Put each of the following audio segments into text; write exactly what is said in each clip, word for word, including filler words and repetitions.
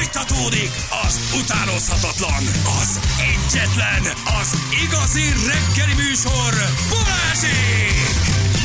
Folytatódik az utánozhatatlan, az egyetlen, az igazi reggeli műsor, Balázsék!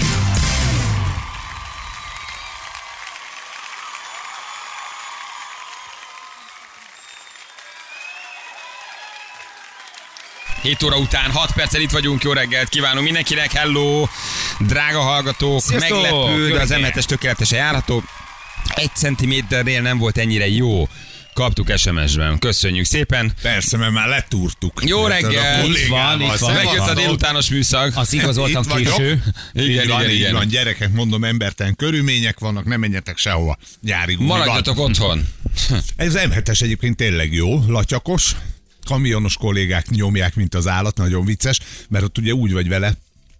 hét óra után hat perccel itt vagyunk, jó reggelt kívánunk mindenkinek, hello, drága hallgatók, Sziasztok! meglepő, de az em hetes tökéletesen járható, egy centiméternél nem volt ennyire jó. Kaptuk es em es-ben. Köszönjük szépen. Persze, mert már letúrtuk. Jó reggel. Itt van, itt van. Megjött a délutános műszak. Az igazoltam késő. Igen, igen, igen, igen. igen. Van, gyerekek, mondom, embertelen körülmények vannak, nem menjetek sehova. Nyári gumiban. Maradjatok otthon. Ez em hetes egyébként tényleg jó, latyakos. Kamionos kollégák nyomják, mint az állat, nagyon vicces, mert ott ugye úgy vagy vele,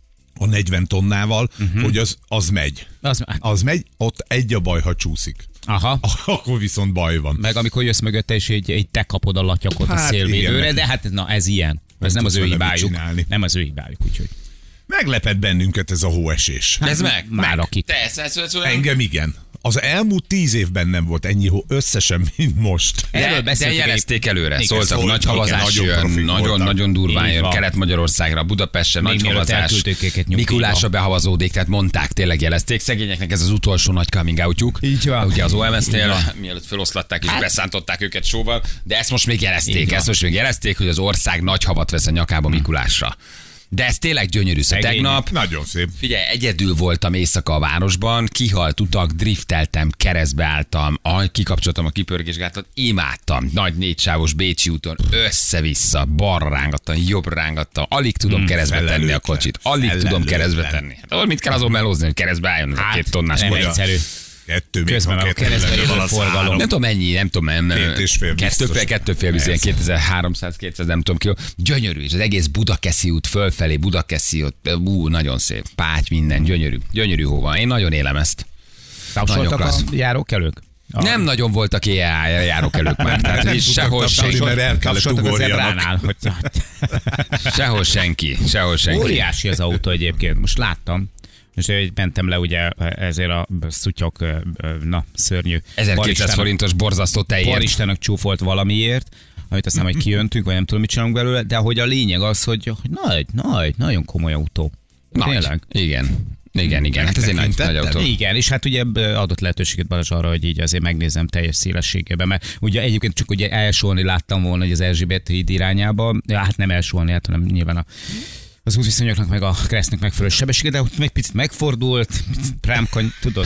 a negyven tonnával, uh-huh. hogy az, az megy. Az, Az megy, ott egy a baj, ha csúszik. aha. Akkor viszont baj van. Meg amikor jössz mögötte, és így, így te kapod a latyakot Hát a szélvédőre, igen. de hát na ez ilyen. Ez nem, tudsz az ő vele mit hibájuk. csinálni. Nem az ő hibájuk, úgyhogy. Meglepett bennünket ez a hóesés. Ez meg? Már meg. akik. Te ezt, ezt, ezt, ezt, Engem igen. Az elmúlt tíz évben nem volt ennyi hó összesen, mint most. Erről De, de beszéltünk jelezték előre, Igen, szóltak, szóltak, nagy havazás igen, nagyon jön, profik voltak. nagyon-nagyon durván Így jön, van. Kelet-Magyarországra, Budapestre, Még nagy mielőtt havazás, elküldték őket nyugdíjba. Mikulásra behavazódik, tehát mondták, tényleg jelezték. Szegényeknek ez az utolsó nagy coming outjuk. Így van. Ugye az o em es-nél, Így van. mielőtt feloszlatták és Hát- beszántották őket sóval, de ezt most még Így jelezték, van. ezt most még jelezték, hogy az ország nagy havat vesz a nyakába Mikulásra. De ez tényleg gyönyörű. Szóval Szegények. tegnap Nagyon szép. Figyelj, egyedül voltam éjszaka a városban, kihalt utak, drifteltem, keresztbe álltam, ah, kikapcsoltam a kipörgésgátat, imádtam. Nagy négysávos Bécsi úton, össze-vissza, balra rángattam, jobbra rángattam, alig tudom hmm, keresztbe tenni a felelőtlen. kocsit, alig tudom Felelőtlen. keresztbe tenni. Hát ahol mit kell azon melózni, hogy keresztbe álljon ez a két tonnás nem kocsi. egyszerű. Kettő, még Közben ha a kettő keresztbe lenne, jövő van az forgalom. három. Nem tudom mennyi, nem tudom, nem, Két és fél kettő biztos. fél, kettő fél, bizony, Ez. kétezer-háromszáz-kétszáz, nem tudom kiló. Gyönyörű, és az egész Budakeszi út fölfelé, Budakeszi út, ú, nagyon szép. Páty, minden, gyönyörű, gyönyörű hó van. Én nagyon élem ezt. Tapsoltak a klassz. járókelők? A- Nem nagyon voltak ilyen járókelők már, tehát Nem is tudtak sehol tapsolni, senki. mert el kellett Tapsoltak a ugorjanak. zebránál. Hogy... Sehol senki, sehol senki. Óriási az autó egyébként, most láttam. És hogy mentem le ugye ezért a szutyok, na, szörnyű. ezerkétszáz Baristának- forintos borzasztó tejért. Baristának csúfolt valamiért, amit aztán majd kijöntünk, vagy nem tudom, mit csinálunk belőle, de hogy a lényeg az, hogy, hogy nagy, nagy, nagyon komoly autó. Nagy. Tényleg? Igen. Igen, igen, hát ez egy nagy, nagy Megtekintetted? autó. Igen, és hát ugye adott lehetőséget Balázs arra, hogy így azért megnézem teljes szélességében, mert ugye egyébként csak ugye elsolni láttam volna, hogy az Erzsébet híd irányába, ja, hát nem elsolni, hát, hanem nyilván a az útviszonyoknak meg a keresztnek megfelelő sebessége, de ott meg picit megfordult, prámkony, tudod.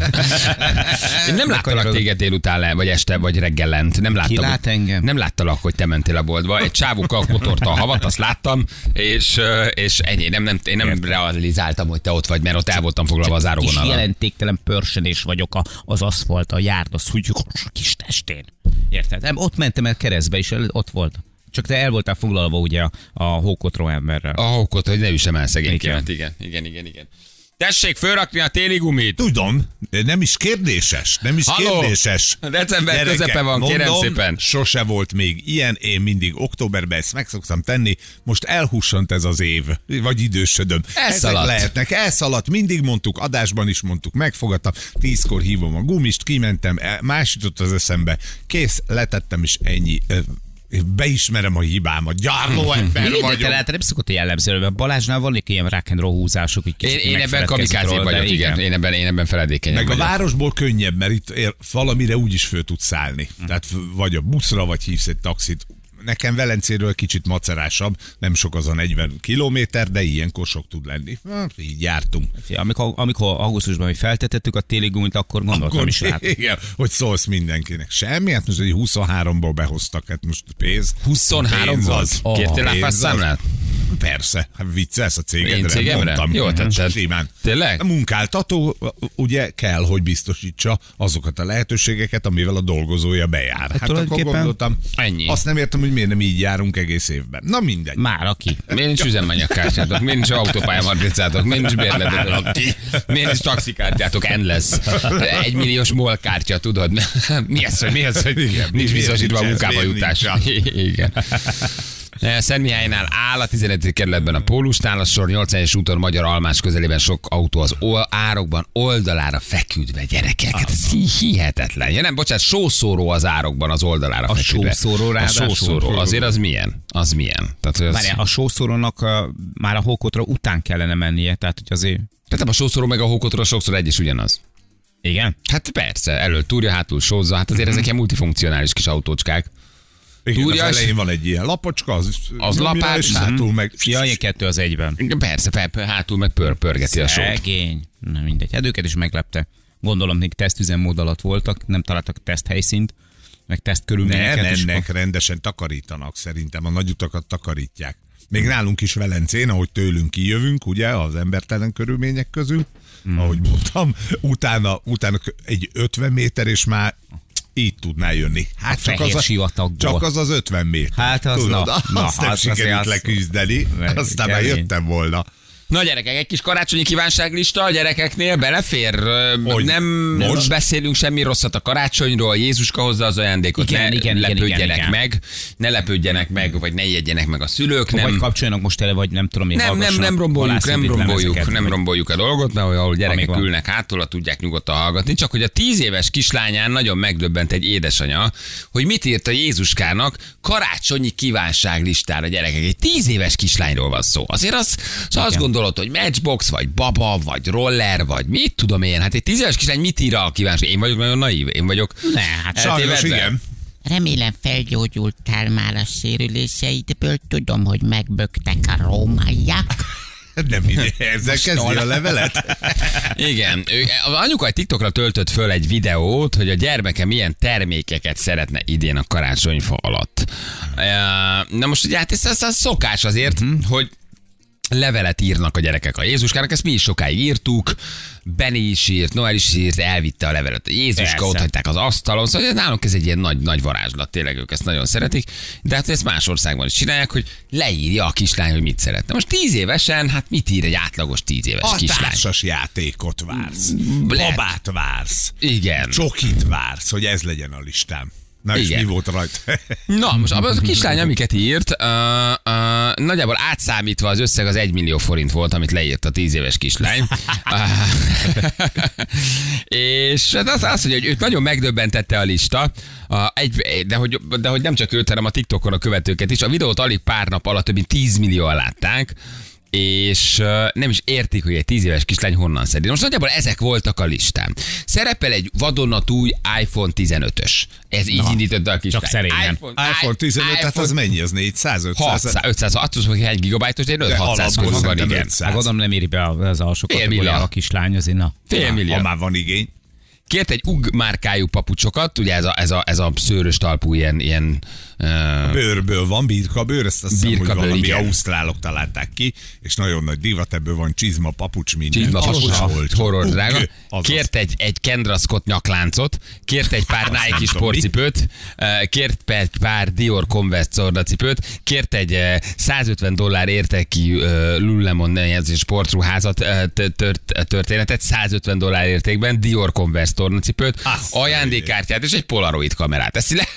Én nem láttalak téged délután le, vagy este, vagy reggel lent. Nem láttam, Ki lát engem? Nem láttalak, hogy te mentél a boltba. Egy csávó kotorta a havat, azt láttam, és, és ennyi. Nem, nem, én nem realizáltam, hogy te ott vagy, mert ott el voltam foglalva az Kis áróvonalon. jelentéktelen pörsenés vagyok a, az aszfalt, a járda, szúgyok a kis testén. Érted? Nem, ott mentem el keresztbe, és el- ott volt. Csak te el voltál foglalva ugye a, a hókotró emberrel. A hókot, hogy ne üssem el szegénykémet. Igen. Igen, igen, igen, igen. Tessék fölrakni a téli gumit. Tudom, de nem is kérdéses, nem is Halló? kérdéses. December Gyerekek, közepe van, kérem mondom, szépen. Sose volt még ilyen, én mindig októberben ezt meg szoktam tenni, most elhussant ez az év, vagy idősödöm. Elszaladt. Ezek lehetnek, elszaladt, mindig mondtuk, adásban is mondtuk, megfogadtam, tízkor hívom a gumist, kimentem, el- más jutott az eszembe, kész, letettem is ennyi. Ö, Beismerem a hibámat, gyárló ember Igen, de vagyok. te lehet, nem szokott jellemző, mert Balázsnál vannak ilyen rock and roll húzások, hogy Én, kicsit én ebben megfeledkezik kamikázé róla, de vagyok, igen. Én ebben, én ebben feledékenyem Meg a vagyok. városból könnyebb, mert itt ér, valamire úgyis föl tudsz szállni. Tehát vagy a buszra, vagy hívsz egy taxit. Nekem Velencéről kicsit macerásabb, nem sok az a negyven kilométer, de ilyenkor sok tud lenni. Hát, így jártunk. Amikor, amikor augusztusban mi feltetettük a téli gumit, akkor gondoltam Akkor, is rá. igen, hogy szólsz mindenkinek. Semmi, hát most egy huszonháromból behoztak, hát most pénz. huszonhárom pénz volt? az. Kértél Pénz áfás az. számlát? Persze, hát viccelsz a cégedre, Én cégemre? mondtam. Jó tetted. Simán. Tényleg? A munkáltató ugye kell, hogy biztosítsa azokat a lehetőségeket, amivel a dolgozója bejár. Hát, akkor tulajdonképpen gondoltam, ennyi. azt nem értem, hogy miért nem így járunk egész évben. Na mindegy. Már aki. Miért nincs üzemanyakkártyátok? Miért nincs autópályamargicátok? Miért nincs bérletetek? Miért nincs taxikártyátok? Endless. Egy milliós MOL kártya, tudod? Mi ez, hogy mi ez, hogy Igen, nincs miért biztosítva a nincs ez? munkába Miért jutás? nincs? Igen. Szentmihálynál áll a tizenötödik kerületben a Pólusnál a sor, nyolcvanas úton Magyar Almás közelében sok autó az árokban oldalára feküdve, gyerekek. Hát ez hihetetlen. Ja nem, bocsánat, sószóró az árokban az oldalára A feküdve. sószóró A ráadásul. sószóró, azért az milyen? Az milyen? Tehát, hogy az... Várjál, a sószórónak uh, már a hókotra után kellene mennie, tehát hogy azért... Tehát a sószóró meg a hókotról sokszor egy is ugyanaz. Igen? Hát persze, elől túrja, hátul sózza, hát azért ezek ilyen multifunkcionális kis autócskák. Igen, Túrja, az és- elején van egy ilyen lapocska, az, Az nyomja, lapát, és mhm. hátul meg... Ja, ilyen kettő az egyben. Persze, persze, hátul meg pör, pörgeti a sót. Szegény. Na mindegy. Hát őket is meglepte. Gondolom, még tesztüzemmód alatt voltak, nem találtak teszt helyszínt, meg teszt Nem körülményeket. és ennek rendesen takarítanak, szerintem a nagy utakat takarítják. Még nálunk is Velencén, ahogy tőlünk kijövünk, ugye, az embertelen körülmények közül, mm. ahogy mondtam, utána, utána egy ötven méter, és már így tudná jönni. Hát A fehér sivatagból. csak az az ötven méter. Hát az Tudod, na, azt na, nem az azért sikerült az- leküzdeni, Meg- aztán már kemény. jöttem volna. Na gyerekek, egy kis karácsonyi kívánságlista a gyerekeknél belefér. Ö, Hogy? Nem Most? most beszélünk semmi rosszat a karácsonyról, Jézuska hozza az ajándékot, Igen, ne igen, igen, lepődjenek igen, igen. meg, ne lepődjenek meg, vagy ne jegyenek meg a szülők. Vagy Nem, kapcsoljanak most tele, vagy nem tudom, mi nem, nem, nem romboljuk, nem romboljuk, nem romboljuk a dolgot, mert ahol gyerekek van. ülnek hátul, tudják nyugodtan hallgatni. Csak hogy a tíz éves kislányán nagyon megdöbbent egy édesanya, hogy mit írt a Jézuskának karácsonyi kívánságlistára gyerekek. Egy tíz éves kislányról van szó. Azért az, az azt gondolod, hogy Matchbox, vagy baba, vagy roller, vagy mit tudom én. Hát egy tíz éves kislány mit ír a kívánság? Én vagyok nagyon naív, én vagyok. Ne, hát Sajnos eltévedve. igen. Remélem felgyógyultál már a sérüléseidből, tudom, hogy megböktek a rómaiak. Nem ide, ezzel kezdi a levelet. Igen, ő, az anyuka egy TikTokra töltött föl egy videót, hogy a gyermeke milyen termékeket szeretne idén a karácsonyfa alatt. Na most ugye hát ez, ez, ez szokás azért, uh-huh. hogy levelet írnak a gyerekek a Jézuskának, ezt mi is sokáig írtuk, Benni is írt, Noel is írt, elvitte a levelet a Jézuska, Persze. ott hagyták az asztalon, szóval nálunk ez egy ilyen nagy, nagy varázslat, tényleg ők ezt nagyon szeretik, de hát ezt más országban is csinálják, hogy leírja a kislány, hogy mit szeretne. Most tíz évesen, hát mit ír egy átlagos tíz éves A kislány? társas játékot vársz, Lehet. babát vársz, Igen. csokit vársz, hogy ez legyen a listám. Na és Igen. mi volt rajta? Na, most abban a kislány, amiket írt, uh, uh, nagyjából átszámítva az összeg az egy millió forint volt, amit leírt a tíz éves kislány. Uh, és hát az, az, hogy őt nagyon megdöbbentette a lista, uh, egy, de, hogy, de hogy nem csak őt, hanem a TikTokon a követőket is. A videót alig pár nap alatt több mint tíz millióan látták, és uh, nem is értik, hogy egy tíz éves kislány honnan szedi. Most nagyjából ezek voltak a listán. Szerepel egy vadonatúj iPhone tizenötös. Ez így indított a kislány. csak szerényen. iPhone tizenöt, tehát az mennyi? Az négyszáz, ötszáz? hatszáz, ötszáz, attól hogy egy gigabájtos, de De hatszáz alapból körül van, szerintem igen. ötszáz. Hát gondolom nem éri be az alsó Fél kategóriára millió. a kislány, azért na. Fél millió. Ha már van igény. Kért egy U G márkájú papucsokat, ugye ez a, ez a, ez a szőrös talpú ilyen, ilyen uh, Bőrből van, birkabőr, ezt azt hiszem, hogy Birkabőr, valami igen. ausztrálok találták ki, és nagyon nagy divat, ebből van csizma, papucs, minden. csizma, Az papucs, se olcsó. horror Ugg, drága. azaz. Kért egy, egy Kendra Scott nyakláncot, kért egy pár Azt nem Nike tudom, sportcipőt, uh, kért egy pár Dior Converse cipőt, kért egy uh, százötven dollár értékű uh, Lululemon ez sportruházat uh, tört, történetet, százötven dollár értékben, Dior Converse tornacipőt, Azt ajándékkártyát és egy Polaroid kamerát. Ezt le...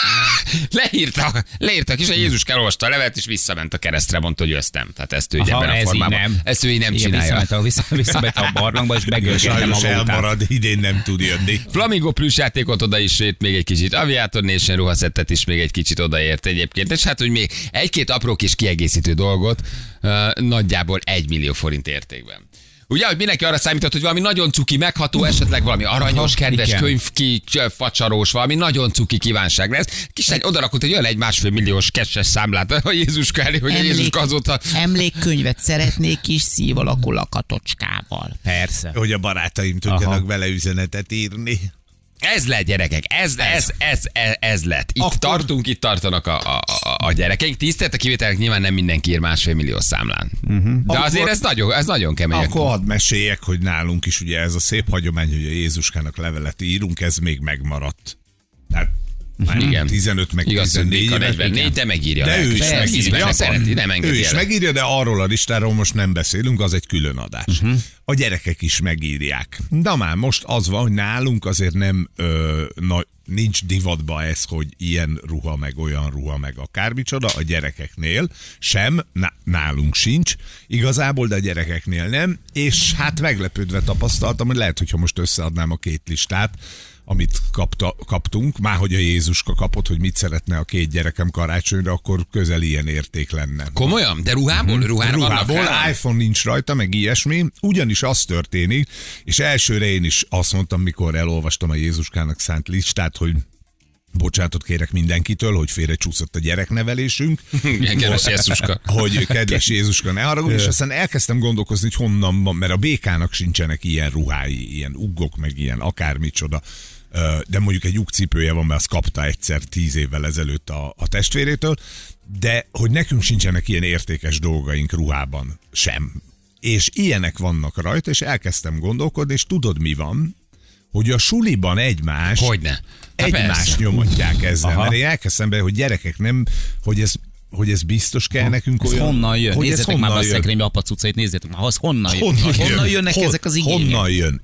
leírta, leírta és a Jézus elolvasta a levelet, és visszament a keresztre, mondta, hogyöztem. Tehát ezt ő így Aha, ebben a ez így formában. nem. Ezt ő így nem Igen, csinálja. visszament a, vissza, visszament a barlangba, és megölgette Sajnos maga után. elmarad, idén nem tud jönni. Flamingo plüssjátékot odaírt még egy kicsit, Aviator Nation ruhaszettet is még egy kicsit odaért egyébként, és hát, hogy még egy-két apró kis kiegészítő dolgot uh, nagyjából egy millió forint értékben. Ugye, hogy mindenki arra számított, hogy valami nagyon cuki, megható, esetleg valami aranyos, kedves, igen. könyvki, facsaros, valami nagyon cuki kívánság lesz. Kislány odarakott egy olyan egy másfél milliós kesses számlát a Jézuska elé, hogy a Jézuska azóta... Emlékkönyvet szeretnék kis szív alakú lakatocskával. Persze. Hogy a barátaim tudjanak Aha. vele üzenetet írni. Ez lett, gyerekek, ez, ez, ez, ez, ez lett. Itt Akkor- tartunk, itt tartanak a, a, a, a gyerekeink. Tisztelt a kivételek, nyilván nem mindenki ír másfél millió számlán. Uh-huh. De Akkor- azért ez nagyon, ez nagyon kemény. Akkor hadd meséljek, hogy nálunk is ugye ez a szép hagyomány, hogy a Jézuskának levelet írunk, ez még megmaradt. Tehát Igen. tizenöt meg Igaz, tizennégy Ndéka éves. negyvennégy, de megírja. De ő is legközelebb. megírja. Mert szereti, nem Ő engedi is el. megírja, de arról a listáról most nem beszélünk, az egy külön adás. Mhm. Uh-huh. A gyerekek is megírják. De már most az van, hogy nálunk azért nem ö, na, nincs divatba ez, hogy ilyen ruha, meg olyan ruha, meg akármicsoda, a gyerekeknél sem, ná, nálunk sincs, igazából, de a gyerekeknél nem, és hát meglepődve tapasztaltam, hogy lehet, hogyha most összeadnám a két listát, amit kapta, kaptunk, már hogy a Jézuska kapott, hogy mit szeretne a két gyerekem karácsonyra, akkor közel ilyen érték lenne. Komolyan? De ruhából? Ruhára Ruhából, vannak iPhone nincs rajta, meg ilyesmi, ugyanis az történik, és elsőre én is azt mondtam, mikor elolvastam a Jézuskának szánt listát, hogy bocsánatot kérek mindenkitől, hogy félrecsúszott a gyereknevelésünk. Ilyen kedves Jézuska. Hogy kedves Jézuska, ne haragudj, és aztán elkezdtem gondolkozni, hogy honnan van, mert a békának sincsenek ilyen ruhái, ilyen uggok, meg ilyen akármicsoda. De mondjuk egy ugcipője van, mert azt kapta egyszer tíz évvel ezelőtt a, a testvérétől, de hogy nekünk sincsenek ilyen értékes dolgaink ruhában sem. És ilyenek vannak rajta, és elkezdtem gondolkodni, és tudod mi van? Hogy a suliban egymás, Hogyne. egymást nyomatják ezzel. Aha. Mert én elkezdtem be, hogy gyerekek nem, hogy ez hogy ez biztos kell nekünk ez olyan... honnan jön? Hogy Nézzétek már be a szekrénybe apa cuccait, nézzétek már, az honnan jön? Honnan, honnan jön? jönnek Hon, ezek az igények? Honnan jön?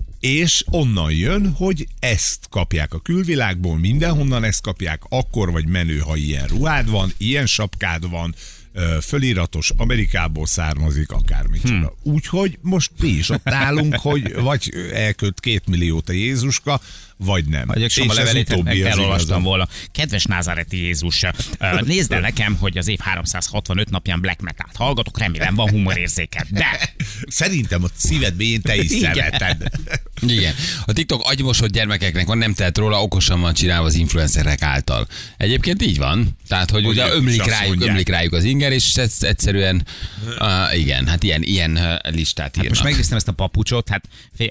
És onnan jön, hogy ezt kapják a külvilágból, mindenhonnan ezt kapják, akkor vagy menő, ha ilyen ruhád van, ilyen sapkád van, föliratos, Amerikából származik, akármicsoda. Hmm. Úgyhogy most mi is ott állunk, hogy vagy elkölt két milliót a Jézuska, vagy nem. Vagy és a levelét elolvastam volna. Kedves názáreti Jézus, nézd el nekem, hogy az év háromszázhatvanöt napján black metal-t hallgatok, remélem van humorérzéked, de... Szerintem a szíved mélyén te is szereted. Igen. A TikTok agymosott gyermekeknek van, nem tehet róla, okosan van csinálva az influencerek által. Egyébként így van. Tehát, hogy, hogy ugye ömlik rájuk, ömlik rájuk az inger, és ez egyszerűen, uh, igen, hát ilyen, ilyen listát írnak. Hát most megnéztem ezt a papucsot, hát...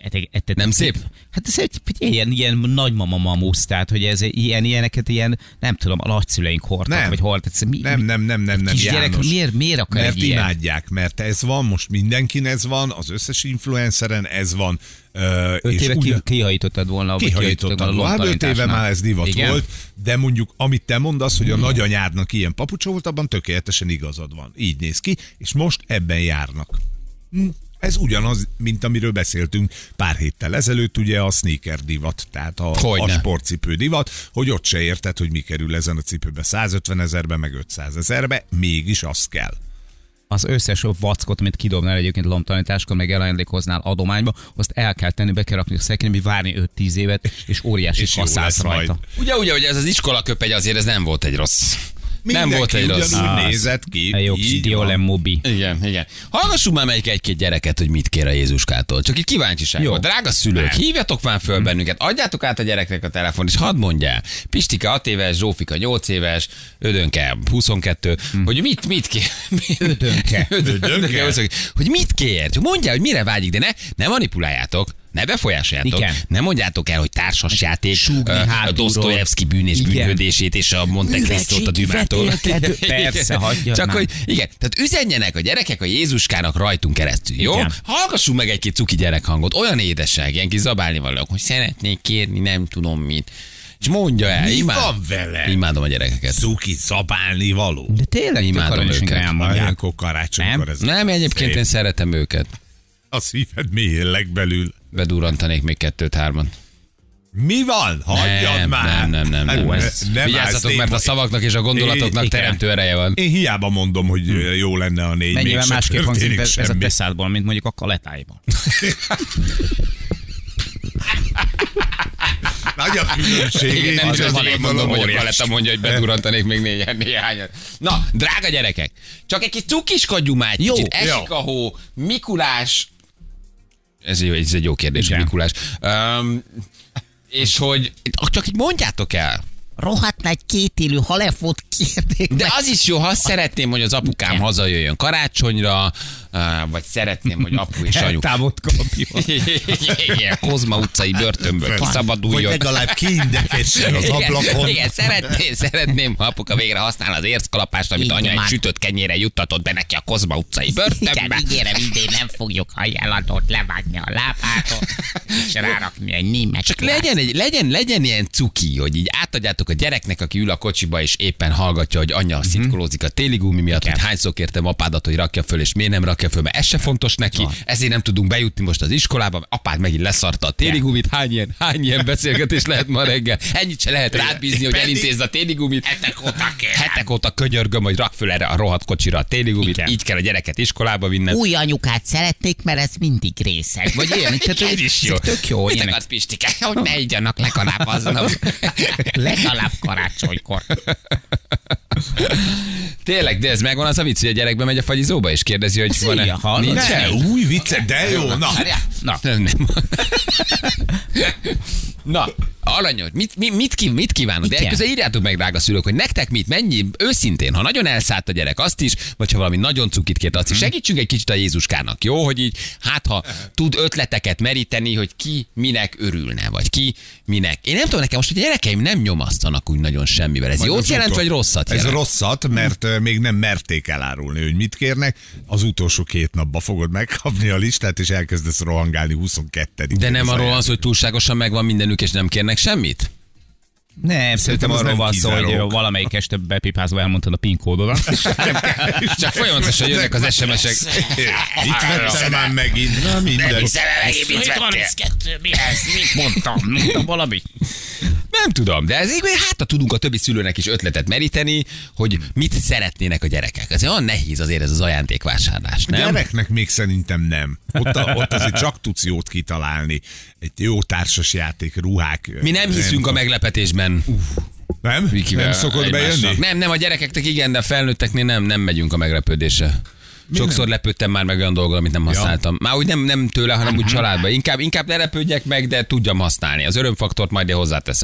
Nem szép? Hát ez egy ilyen, ilyen nagymama mamusz, tehát, hogy ez ilyen, ilyeneket, ilyen, nem tudom, a nagyszüleink hordtak, nem. vagy hordtak. Mi, nem, nem, nem, nem, nem, gyerek, miért, miért akar mert egy ilyen? imádják, mert ez van, most mindenkin ez van, az összes influenceren ez van. Uh, öt éve ugyan... kihajítottad volna, vagy kihajítottad volna. Hát öt éve már ez divat igen? volt, de mondjuk amit te mondasz, hogy a hmm. nagyanyádnak ilyen papucsa volt, abban tökéletesen igazad van. Így néz ki, és most ebben járnak. Hm. Ez ugyanaz, mint amiről beszéltünk pár héttel ezelőtt, ugye a sneaker divat, tehát a, a sportcipő divat, hogy ott se érted, hogy mi kerül ezen a cipőbe százötven ezerbe, meg ötszáz ezerbe, mégis az kell. Az összes vackot, amit kidobnál egyébként lomtalanításkor, meg elajándékoznál adományba, azt el kell tenni, be kell rakni a szekrénybe, várni öt-tíz évet, és óriási kaszász rajta. Ugye, ugye, hogy ez az iskolaköpegy azért ez nem volt egy rossz. Mindenki nem volt egy rossz. Ugyanúgy nézett ki. A jogszídió mobi. Igen, igen. Hallgassuk már melyik egy-két gyereket, hogy mit kér a Jézuskától. Csak így kíváncsiság. Jó. Drága szülők, nem. hívjatok már föl bennünket, adjátok át a gyereknek a telefon, és hadd mondjál. Pistike hat éves, Zsófika nyolc éves, Ödönke huszonkettő, hmm. hogy mit, mit kér. Ödönke. Ödönke. Hogy mit kér. Mondjál, hogy mire vágyik, de ne, ne manipuláljátok. Ne befolyásoljátok. Igen. Nem mondjátok el, hogy társasjáték, a Dostoyevsky bűn és bűnhődését és a Monte Cristót a Dümától. Persze, hagyja. Csak már. hogy igen, tehát üzenjenek a gyerekek a Jézuskának rajtunk keresztül, jó? Igen. Hallgassunk meg egy-két cuki gyerekhangot, olyan édesek, ilyen kis zabálnivalók, hogy szeretnék kérni, nem tudom mit. És mondja el, mi imád, van vele? Imádom a gyerekeket. Cuki szabálni való. De tényleg imádom őket. Ilyenkor karácsonykor ez. Nem, egyébként én szeretem őket. A szíved mélyén legbelül. Bedurrantanék még kettőt-hárman. Mi van? Hagyjad nem, már! Nem, nem, nem. nem. nem Vigyázzatok, mert a szavaknak és a gondolatoknak én, teremtő ereje van. Én hiába mondom, hogy jó lenne a négy, mennyivel mégsem másképp hangzik ez semmi. A Deszádból, mint mondjuk a Kalettájból. Nagy a különbség. Igen, nem csak azért mondom, hogy a Kaletta mondja, hogy bedurrantanék még néhány, néhányat. Na, drága gyerekek, csak egy kis cukiskodjunk már egy kicsit. Esik a hó, Mikulás. Ez, jó, ez egy jó kérdés, hogy Mikulás. Um, és hogy csak így mondjátok el. Rohadt nagy kétélű halefot kérnék. De az is jó, ha azt szeretném, hogy az apukám hazajöjjön karácsonyra, vagy szeretném, hogy apu és anyu Távot kapjon. ilyen Kozma utcai börtönből Vagy kiszabaduljon. legalább kiindekessen az Igen, ablakon. igen, szeretném, szeretném, ha apuka végre használ az érckalapást, amit Igen, anya egy már. sütött kenyére juttatott be neki a Kozma utcai Igen, börtönbe. ígérem, idén nem fogjuk ajánlatot levágni a lábától, és rárakni egy német. Csak legyen, egy, legyen, legyen ilyen cuki, hogy így átadjátok a gyereknek, aki ül a kocsiba, és éppen hallgatja, hogy anya szitkolózik a téli gumi miatt, hogy hányszor kértem apádat, hogy rakja föl, és miért nem rakja föl, mert ez se fontos neki, ezért nem tudunk bejutni most az iskolába, mert apád megint leszarta a téli gumit, hány ilyen, hány ilyen beszélgetés lehet ma reggel. Ennyit se lehet rád bízni, hogy elintézd a téli gumit. Hetek óta kérem. Hetek óta könyörgöm, hogy rak föl erre a rohadt kocsira a téli gumit, Igen. így kell a gyereket iskolába vinnem. Új anyukát szeretnék, mert ez mindig részeg. Vagy ilyen, tehát Ez is jó. tök jó. Mit Ilyenek. akarsz, Pistike? Hogy ne igyanak legalább aznap. Legalább karácsonykor. Tényleg, de ez megvan az a vicc, hogy a gyerek bemegy a fagyizóba, és kérdezi, hogy van-e. Szia, hallod? Nincs. Ne, új vicce, de jó, na. Na, Nem, nem. Na, aranyos, mit, mit, mit, kív, mit kívánod? De Igen. közben írjátok meg, drága szülők, hogy nektek mit, mennyi, őszintén, ha nagyon elszállt a gyerek, azt is, vagy ha valami nagyon cukit kért, azt is. Segítsünk egy kicsit a Jézuskának, jó? Hogy így, hát ha tud ötleteket meríteni, hogy ki minek örülne, vagy ki minek. Én nem tudom, nekem most, hogy a gyerekeim nem nyomasztanak úgy nagyon semmivel. Ez Majd jót az jelent, utol- vagy rosszat Ez jelent? rosszat, mert ö, még nem merték elárulni, hogy mit kérnek. Az utolsó két napban fogod megkapni a listát, és elkezdesz rohangálni huszonkettedikén. De nem az arról van ajándék. szó, hogy túlságosan megvan mindenük, és nem kérnek semmit? nem, szerintem az arról nem van szó, hogy kizárók. valamelyik este bepipázva elmondtad a PIN kódodat. Csak folyamatosan jönnek az es em es-ek. Itt vettem már megint. Na minden. harminckettő, mi ez? Mit mondtam? Mondtam valamit. Nem tudom, de ezért hát ha tudunk a többi szülőnek is ötletet meríteni, hogy mit szeretnének a gyerekek. Ez olyan nehéz azért ez az ajándékvásárlás, A nem? gyereknek még szerintem nem. Ott, a, ott azért csak tudsz jót kitalálni. Egy jó társasjáték, ruhák. Mi nem hiszünk a meglepetésben. Nem? Vikivel Nem szokott egymásnak. bejönni? Nem, nem, a gyerekeknek igen, de a felnőtteknél nem, nem megyünk a meglepődésre. Sokszor lepődtem már meg olyan dolgokon, amit nem használtam. Már úgy nem, nem tőle, hanem úgy családban. Inkább, inkább ne lepődjek meg, de tudjam használni. Az örömfaktort majd én hozzáteszem.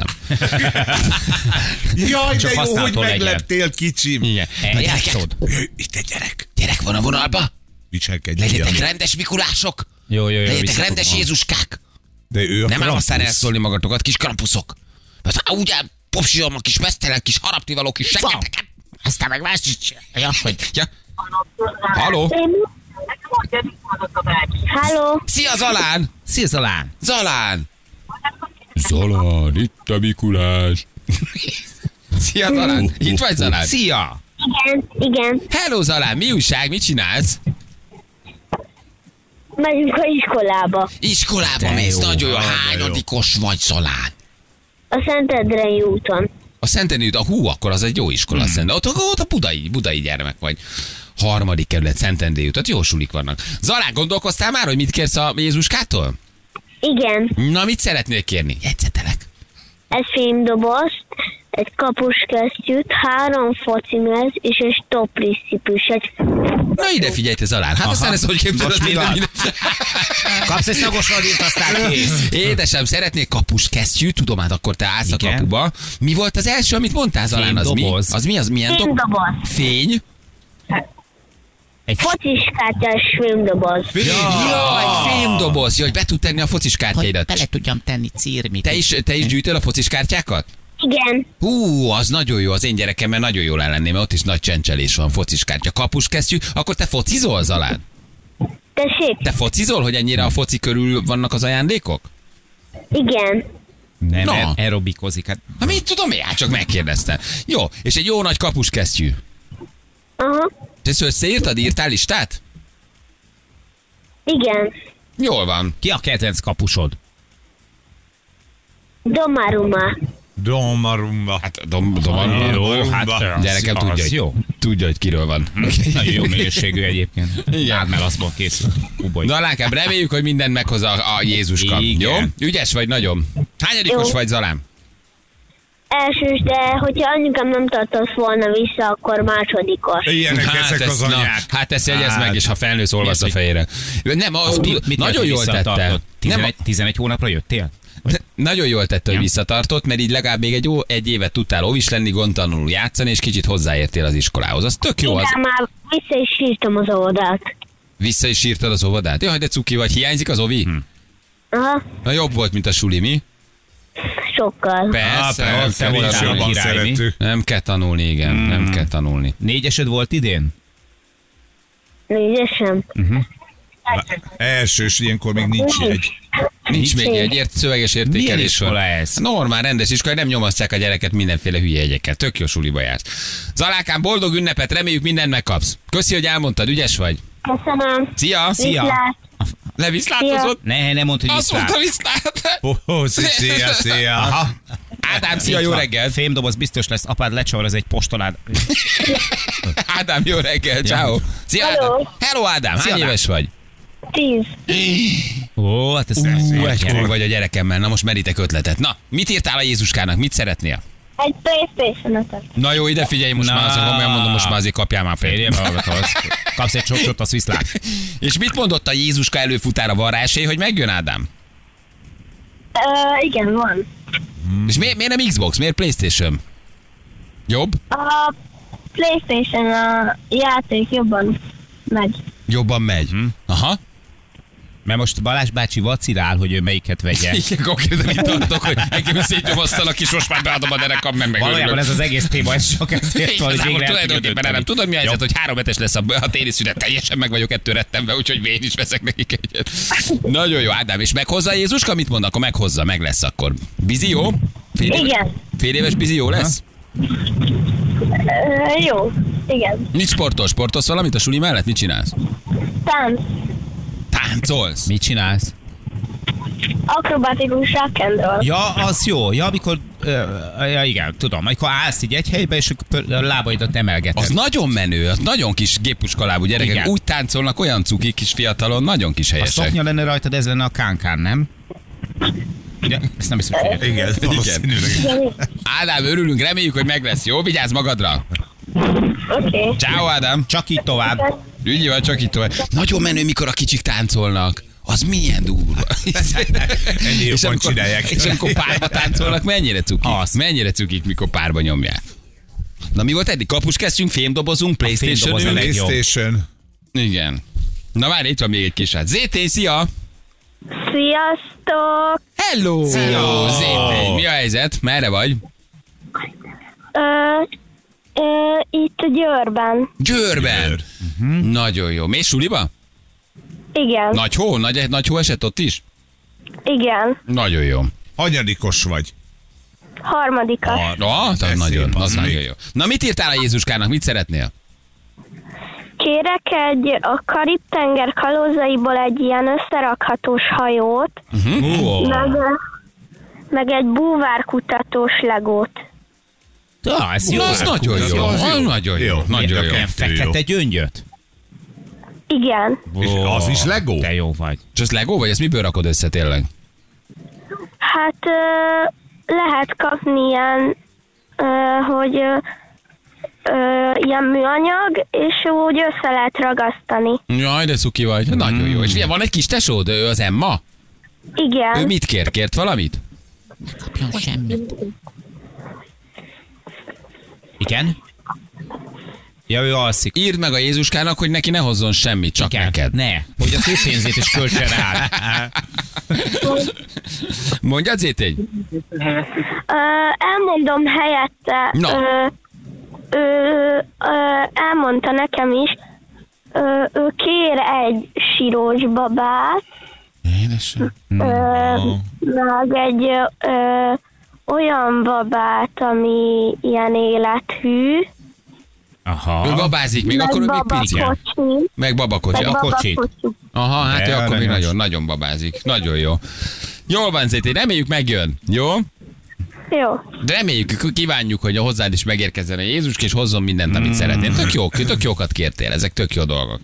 Jaj, Csak de jó, hogy használható legyen. megleptél, kicsim. Igen. Na, gyerekek, Eljátszod? Jöjj, itt egy gyerek. gyerek van a vonalba? Viselkedj. Legyetek ilyen. rendes Mikulások! Jó, jó, jó. Legyetek vissza rendes fogom. Jézuskák! De ő a Nem ám aztán Krampus. elszólni magatokat, kis krampuszok. Mert á, ugye popsiom a kis mesztelen, kis harapnivaló, kis seggeteket. Aztán meg más is csinálja, hogy Ja. Haló? Halló, Szia Zalán! Szia, Zalán. Zalán! Zalán, itt a Mikulás. Szia Zalán! Itt vagy Zalán? Szia! igen, igen, Hello Zalán, mi újság, mit csinálsz? megyünk a iskolába. Iskolába De mész, jó, nagyon jó. de Hányadikos vagy Zalán? A Szentendrei úton. A Szentendrei, a hú, akkor az egy jó iskola. Hmm. Szent, ott, ott a budai, budai gyermek vagy. Harmadik kerület, Szentendrei út, ott jó sulik vannak. Zalán, gondolkoztál már, hogy mit kérsz a Jézuskától? Igen, Na, mit szeretnél kérni? Jegyzetelek. egy fémdobozt, egy kapuskesztyűt, három focimez és egy topliszcipős. Egy... Na ide figyelj, te Zalán. Hát aztán ez hogy képzeled? Most mi van? minden- Kapsz egy szagos radírt, aztán kész. Édesem, szeretnék kapuskesztyűt, tudom, hát akkor te állsz a Igen. kapuba. Mi volt az első, amit mondtál, Zalán? Az mi? Fémdoboz. Az mi? Az milyen dob? Fémdoboz. Fény? Egy Fociskártyás fémdoboz. Jaj, fémdoboz. Jaj, be tud tenni a focis hogy kártyáidat. bele tudjam tenni círmit. Te is, te is gyűjtöl a focis kártyákat? Igen, Hú, az nagyon jó, az én gyerekemmel nagyon jól ellenném, mert ott is nagy csencselés van, focis kártya, kapuskesztyű. Akkor te focizol, Zalán? tessék, Te focizol, hogy ennyire a foci körül vannak az ajándékok? igen, Nem, Na. no. aerobikozik. Hát Hát mit tudom én, hát csak megkérdeztem. Jó, és egy jó nagy kapuskesztyű. aha, Te ezt összeírtad, írtál listát? igen, Jól van. ki a kedvenc kapusod? Domaruma. Domarumba. Hát dom, dom, Jó, hát Bomba. gyerekem az tudja, hogy, jó. tudja, hogy kiről van. Nagyon jó minőségű egyébként. Nádmelaszból készül. Uboly. Na Lánkám, reméljük, hogy mindent meghoz a, a Jézuska. Igen. Jó? Ügyes vagy nagyon. Hányadikos Jó. vagy, Zalán? Elsős, de hogyha anyukám nem tartott volna vissza, akkor másodikos. Ilyenek ezek ezt- az na, anyák. hát ezt jegyezd Hát. meg, és ha felnősz, olvasd a Mi az, fejére. Nem, az, Mi, mit nagyon jól tette. Nem, tizenegy, tizenegy hónapra jöttél? nagyon jól tette, hogy Ja. visszatartott, mert így legalább még egy, ó, egy évet tudtál óvis lenni, gondtalanul játszani, és kicsit hozzáértél az iskolához. Az tök jó. Az, Igen, már vissza is sírtam az oldalt. Vissza is írtad az óvodát? Jaj, de cuki vagy, hiányzik az ovi? Hm. Aha, Na jobb volt, mint a suli, mi? sokkal. Persze, Á, nem, persze, kell mi is tanulni. jobban király, mi? szerettük. Nem kell tanulni, igen, Hmm. nem kell tanulni. Négyesed volt idén? Négyesen. Elsős, ilyenkor még nincs jegy. Nincs még egy ért, szöveges Milyen értékelés. iskola ez? Normál, rendes iskola, nem nyomasztják a gyereket mindenféle hülye jegyekkel. Tök jó suliba jársz. Zalákám, boldog ünnepet, reméljük mindent megkapsz. Köszi, hogy elmondtad, ügyes vagy. Köszönöm. Szia! Viszlát. Leviszlátozott? Ne, nem mondd, hogy Azt viszlát. mondta viszlát. Oh, oh, szia, szia. Aha. Ádám, szia, jó reggel. Fémdoboz biztos lesz, apád lecsavar, ez egy postolád. Ádám, jó reggel, ciao. Szia, Hello. Ádám. Hello, Ádám, hány éves vagy? Tíz. Ó, hát ez Ú, egykorú vagy a gyerekemmel, na most merítek ötletet. Na, mit írtál a Jézuskának, mit szeretnél? Egy PlayStation-ötöt. Na jó, ide figyelj, most Na. már azon komolyan mondom, most már azért kapjál már Férjem, fél. hallgatod. Kapsz egy csocsot, az viszlát. És mit mondott a Jézuska előfutára, van rá esély, hogy megjön, Ádám? Uh, igen, van. Hmm. És miért, miért nem Xbox, miért PlayStation? Jobb? A PlayStation a játék jobban megy. Jobban megy. Hmm. Aha. Mert most Balázs bácsi vacilál, hogy ő melyiket vegye. Igen, konkrétan itt tartok, hogy engem szétnyomasztanak, és most már beadom a derekam, meg meg. Valójában ez az egész téma, ez csak ezért van, hogy Igazából végre el tudja tulajdonképpen dönteni. nem. Tudod, mi a helyzet, Jó. hogy három hetes lesz a, a téli szünet, teljesen meg vagyok ettől rettenve, úgyhogy én is veszek nekik egyet. Nagyon jó, Ádám, és meghozza Jézuska, mit mond? Akkor meghozza, meg lesz akkor. Bizi jó? Fél éves, Igen. fél éves bizi jó lesz? Uh, jó. Igen. Nincs sportol, sportolsz valamit a suli mellett? Mit csinálsz? Tánc. Táncolsz? Mit csinálsz? Akrobatikus rock and roll. Ja, az jó. Ja, amikor... ö, ja, igen, tudom. Amikor állsz így egy helyben, és akkor a lábaidat emelgeted. Az nagyon menő, az nagyon kis géppuskalábú gyerekek. Igen. Úgy táncolnak, olyan cukik kis fiatalon, nagyon kis A helyesek. szoknya lenne rajtad, ez lenne a kánkán, nem? Ja, ezt nem hiszem, hogy Igen, valószínűleg. Ádám, örülünk, reméljük, hogy meg lesz. Jó, vigyázz magadra. Oké. Okay. Ciao, Ádám. Csak így tovább. Ügyi van, csak itt tovább. Nagyon menő, mikor a kicsik táncolnak. Az milyen durva. Ennyi és, jobban amikor, csinálják. és amikor párba táncolnak, mennyire cukik? Az. Mennyire cukik, mikor párba nyomják. Na mi volt eddig? Kapuskesztyünk, fémdobozunk, PlayStation fémdoboz a ülünk? legjobb. PlayStation. Igen. Na várj, itt van még egy kis hát. zé té, szia! Sziasztok! Hello! Szia! zé té, mi a helyzet? Merre vagy? Ö, ö, itt Győrben. Győrben. Győr. Uh-huh. Nagyon jó. Mész suliba? Igen. Nagy hó? Nagy, nagy hó esett ott is? Igen. Nagyon jó. Hanyadikos vagy? Harmadikas. Na, az Ez nagyon, szép, az az nagyon még. jó. Na mit írtál a Jézuskának? Mit szeretnél? Kérek egy a Karib-tenger kalózaiból egy ilyen összerakhatós hajót, Ó, meg, meg egy búvárkutatós legót. ja, ez jó. Na, az nagyon Ez jó. az Az jó. nagyon jó. Jó, Nagyon mind a jó. kettő. Fekete gyöngyöt? Igen. És az is Lego? Te jó vagy. És ez Lego, vagy ezt miből rakod össze tényleg? Hát ö, lehet kapni ilyen, ö, hogy ö, ö, ilyen műanyag, és úgy össze lehet ragasztani. Jaj, de cuki vagy. Nagyon jó. És figyelj, van egy kis tesód, ő az Emma? Ő Igen. mit kér? Kért valamit? Kapjon semmit. Igen? Ja, ő alszik. Írd meg a Jézuskának, hogy neki ne hozzon semmit, csak Igen. neked. Ne, hogy az ő pénzét is költse rá. Mondjad, zé té? Ö, elmondom helyette. Na. Ö, ö, ö, elmondta nekem is. Ö, ő kér egy sírós babát, Édesem. ö, meg egy ö, olyan babát, ami ilyen élethű, Ő Aha. babázik, még meg akkor ő még pici. babakocsi, Meg babakocsi. meg A kocsi. babakocsi. Aha, hát De ő akkor még aranyos. nagyon, nagyon babázik. Nagyon jó. Jól van, zé té, reméljük megjön. Jó? Jó. De reméljük, kívánjuk, hogy a hozzád is megérkezzen a Jézus, és hozzon mindent, amit szeretnél. Tök jó, tök jókat kértél, ezek tök jó dolgok.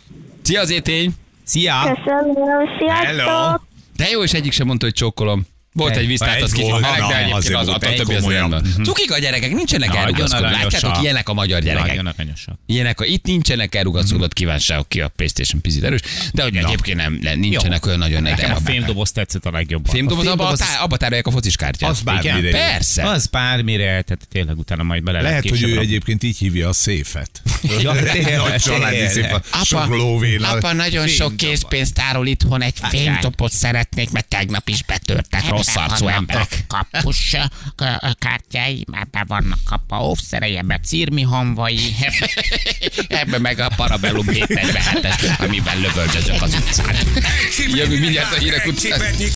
Szia, zé té! Szia! Köszönöm, sziasztok! Hello. De jó, és egyik sem mondta, hogy csókolom. Volt egy visztátott egy kicsit volt, meleg, na, de egyébként azért az volt a egy többi az komolyabb. rendben. Cukik a gyerekek, nincsenek Nagyon elrugaszkodott. aranyosak. Látjátok, ilyenek a magyar gyerekek. Nagyon aranyosak. Ilyenek, a, itt nincsenek elrugaszkodott kívánságok, ki a PlayStation picit erős, de hogy egyébként nem, nem nincsenek olyan nagyon Nekem a nekem. fémdoboz tetszett a legjobban. Fémdoboz, A abba, fémdoboz- tá- abba tárolják a fociskártyát. Az bármire jó. Persze. Az bármire, tehát tényleg utána majd bele Lehet, hogy később ő rakni. egyébként így hívja a széfet. Ja, tényleg, Nagy családi tényleg. szép, a sok Apa, lóvél. apa nagyon sok készpénzt tárol itthon, egy fénytopot szeretnék, mert tegnap is betörtek rossz arcú emberek. Kapus k- kártyái, már be vannak kapva, óvszerei, ebbe cirmi hamvai, ebbe meg a Parabellum hétszáznegyvenhetes, amivel lövöldözök az utcán. Egy Jövő mindjárt a hírek egy után. csipetnyi